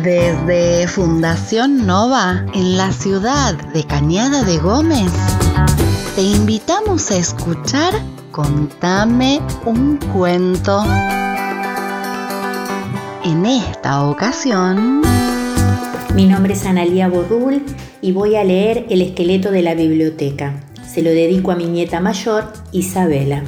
Desde Fundación Nova, en la ciudad de Cañada de Gómez, te invitamos a escuchar Contame un cuento. En esta ocasión, mi nombre es Analía Borrul y voy a leer El esqueleto de la biblioteca. Se lo dedico a mi nieta mayor, Isabela.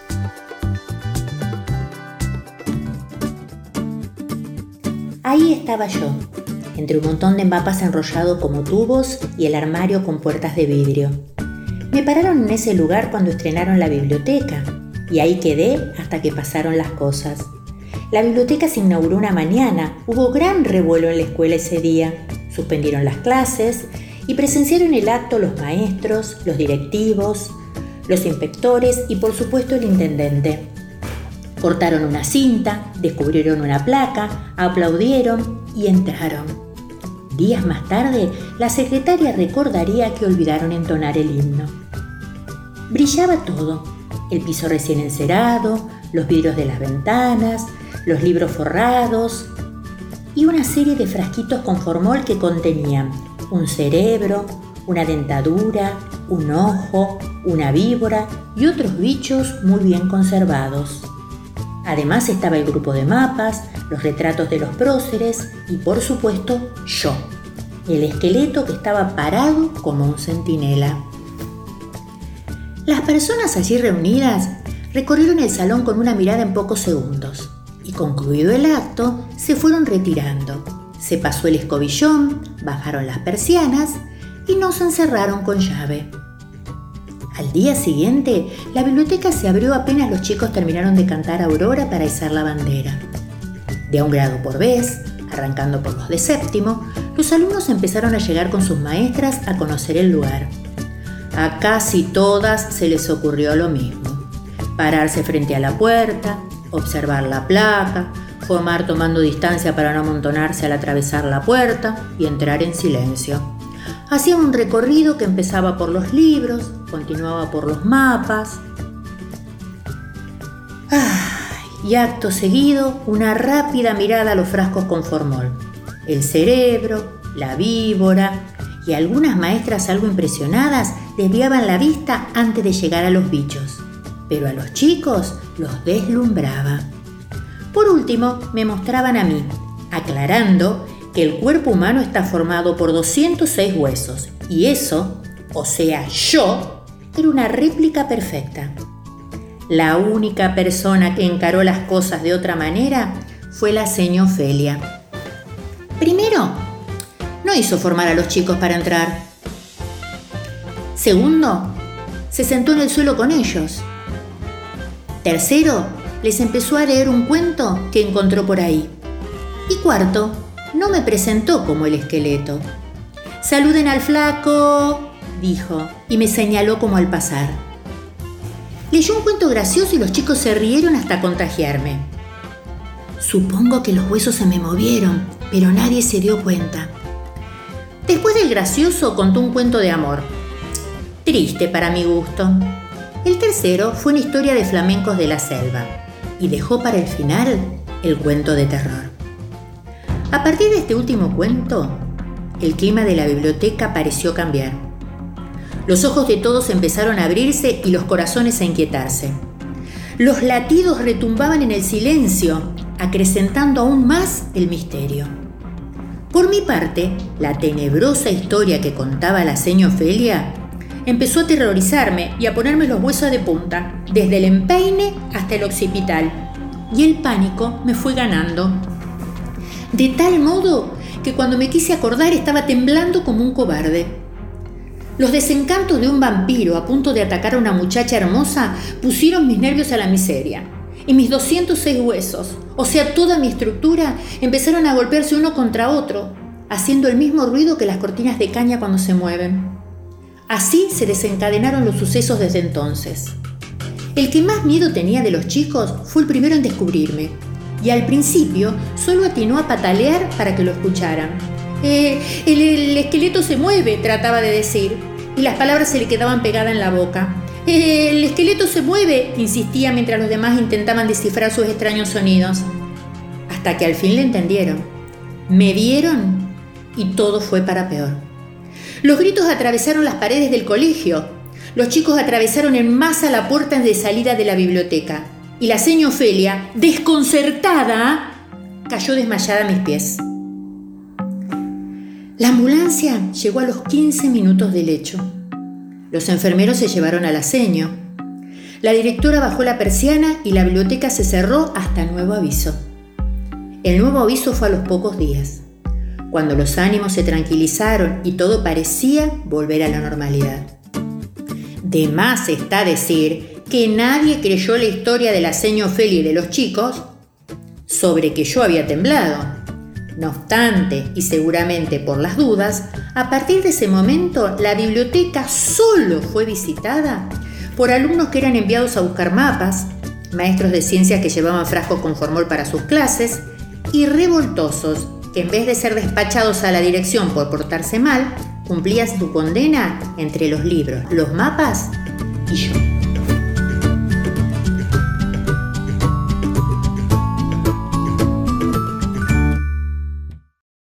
Ahí estaba yo, entre un montón de mapas enrollados como tubos y el armario con puertas de vidrio. Me pararon en ese lugar cuando estrenaron la biblioteca y ahí quedé hasta que pasaron las cosas. La biblioteca se inauguró una mañana, hubo gran revuelo en la escuela ese día. Suspendieron las clases y presenciaron el acto los maestros, los directivos, los inspectores y por supuesto el intendente. Cortaron una cinta, descubrieron una placa, aplaudieron y entraron. Días más tarde, la secretaria recordaría que olvidaron entonar el himno. Brillaba todo, el piso recién encerado, los vidrios de las ventanas, los libros forrados y una serie de frasquitos con formol que contenían un cerebro, una dentadura, un ojo, una víbora y otros bichos muy bien conservados. Además estaba el grupo de mapas, los retratos de los próceres y por supuesto yo, el esqueleto que estaba parado como un centinela. Las personas allí reunidas recorrieron el salón con una mirada en pocos segundos y concluido el acto se fueron retirando. Se pasó el escobillón, bajaron las persianas y nos encerraron con llave. Al día siguiente, la biblioteca se abrió apenas los chicos terminaron de cantar Aurora para izar la bandera. De a un grado por vez, arrancando por los de séptimo, los alumnos empezaron a llegar con sus maestras a conocer el lugar. A casi todas se les ocurrió lo mismo: pararse frente a la puerta, observar la placa, formar tomando distancia para no amontonarse al atravesar la puerta y entrar en silencio. Hacían un recorrido que empezaba por los libros, continuaba por los mapas. Y acto seguido, una rápida mirada a los frascos con formol. El cerebro, la víbora y algunas maestras algo impresionadas desviaban la vista antes de llegar a los bichos. Pero a los chicos los deslumbraba. Por último, me mostraban a mí, aclarando que el cuerpo humano está formado por 206 huesos y eso, o sea, yo, era una réplica perfecta. La única persona que encaró las cosas de otra manera fue la señora Ofelia. Primero, no hizo formar a los chicos para entrar. Segundo, se sentó en el suelo con ellos. Tercero, les empezó a leer un cuento que encontró por ahí. Y cuarto, no me presentó como el esqueleto. «Saluden al flaco», dijo, y me señaló como al pasar. Leyó un cuento gracioso y los chicos se rieron hasta contagiarme. Supongo que los huesos se me movieron, pero nadie se dio cuenta. Después del gracioso contó un cuento de amor. Triste para mi gusto. El tercero fue una historia de flamencos de la selva y dejó para el final el cuento de terror. A partir de este último cuento, el clima de la biblioteca pareció cambiar. Los ojos de todos empezaron a abrirse y los corazones a inquietarse. Los latidos retumbaban en el silencio, acrecentando aún más el misterio. Por mi parte, la tenebrosa historia que contaba la señora Ofelia empezó a aterrorizarme y a ponerme los huesos de punta, desde el empeine hasta el occipital, y el pánico me fue ganando. De tal modo que cuando me quise acordar estaba temblando como un cobarde. Los desencantos de un vampiro a punto de atacar a una muchacha hermosa pusieron mis nervios a la miseria, y mis 206 huesos, o sea, toda mi estructura, empezaron a golpearse uno contra otro, haciendo el mismo ruido que las cortinas de caña cuando se mueven. Así se desencadenaron los sucesos desde entonces. El que más miedo tenía de los chicos fue el primero en descubrirme, y al principio solo atinó a patalear para que lo escucharan. El esqueleto se mueve, trataba de decir, y las palabras se le quedaban pegadas en la boca. El esqueleto se mueve, insistía mientras los demás intentaban descifrar sus extraños sonidos. Hasta que al fin le entendieron. Me vieron y todo fue para peor. Los gritos atravesaron las paredes del colegio. Los chicos atravesaron en masa la puerta de salida de la biblioteca. Y la señora Ofelia, desconcertada, cayó desmayada a mis pies. La ambulancia llegó a los 15 minutos del hecho. Los enfermeros se llevaron a la seño. La directora bajó la persiana y la biblioteca se cerró hasta nuevo aviso. El nuevo aviso fue a los pocos días, cuando los ánimos se tranquilizaron y todo parecía volver a la normalidad. De más está decir que nadie creyó la historia de la señora Ofelia y de los chicos sobre que yo había temblado. No obstante, y seguramente por las dudas, a partir de ese momento la biblioteca solo fue visitada por alumnos que eran enviados a buscar mapas, maestros de ciencias que llevaban frascos con formol para sus clases y revoltosos que en vez de ser despachados a la dirección por portarse mal, cumplían su condena entre los libros, los mapas y yo.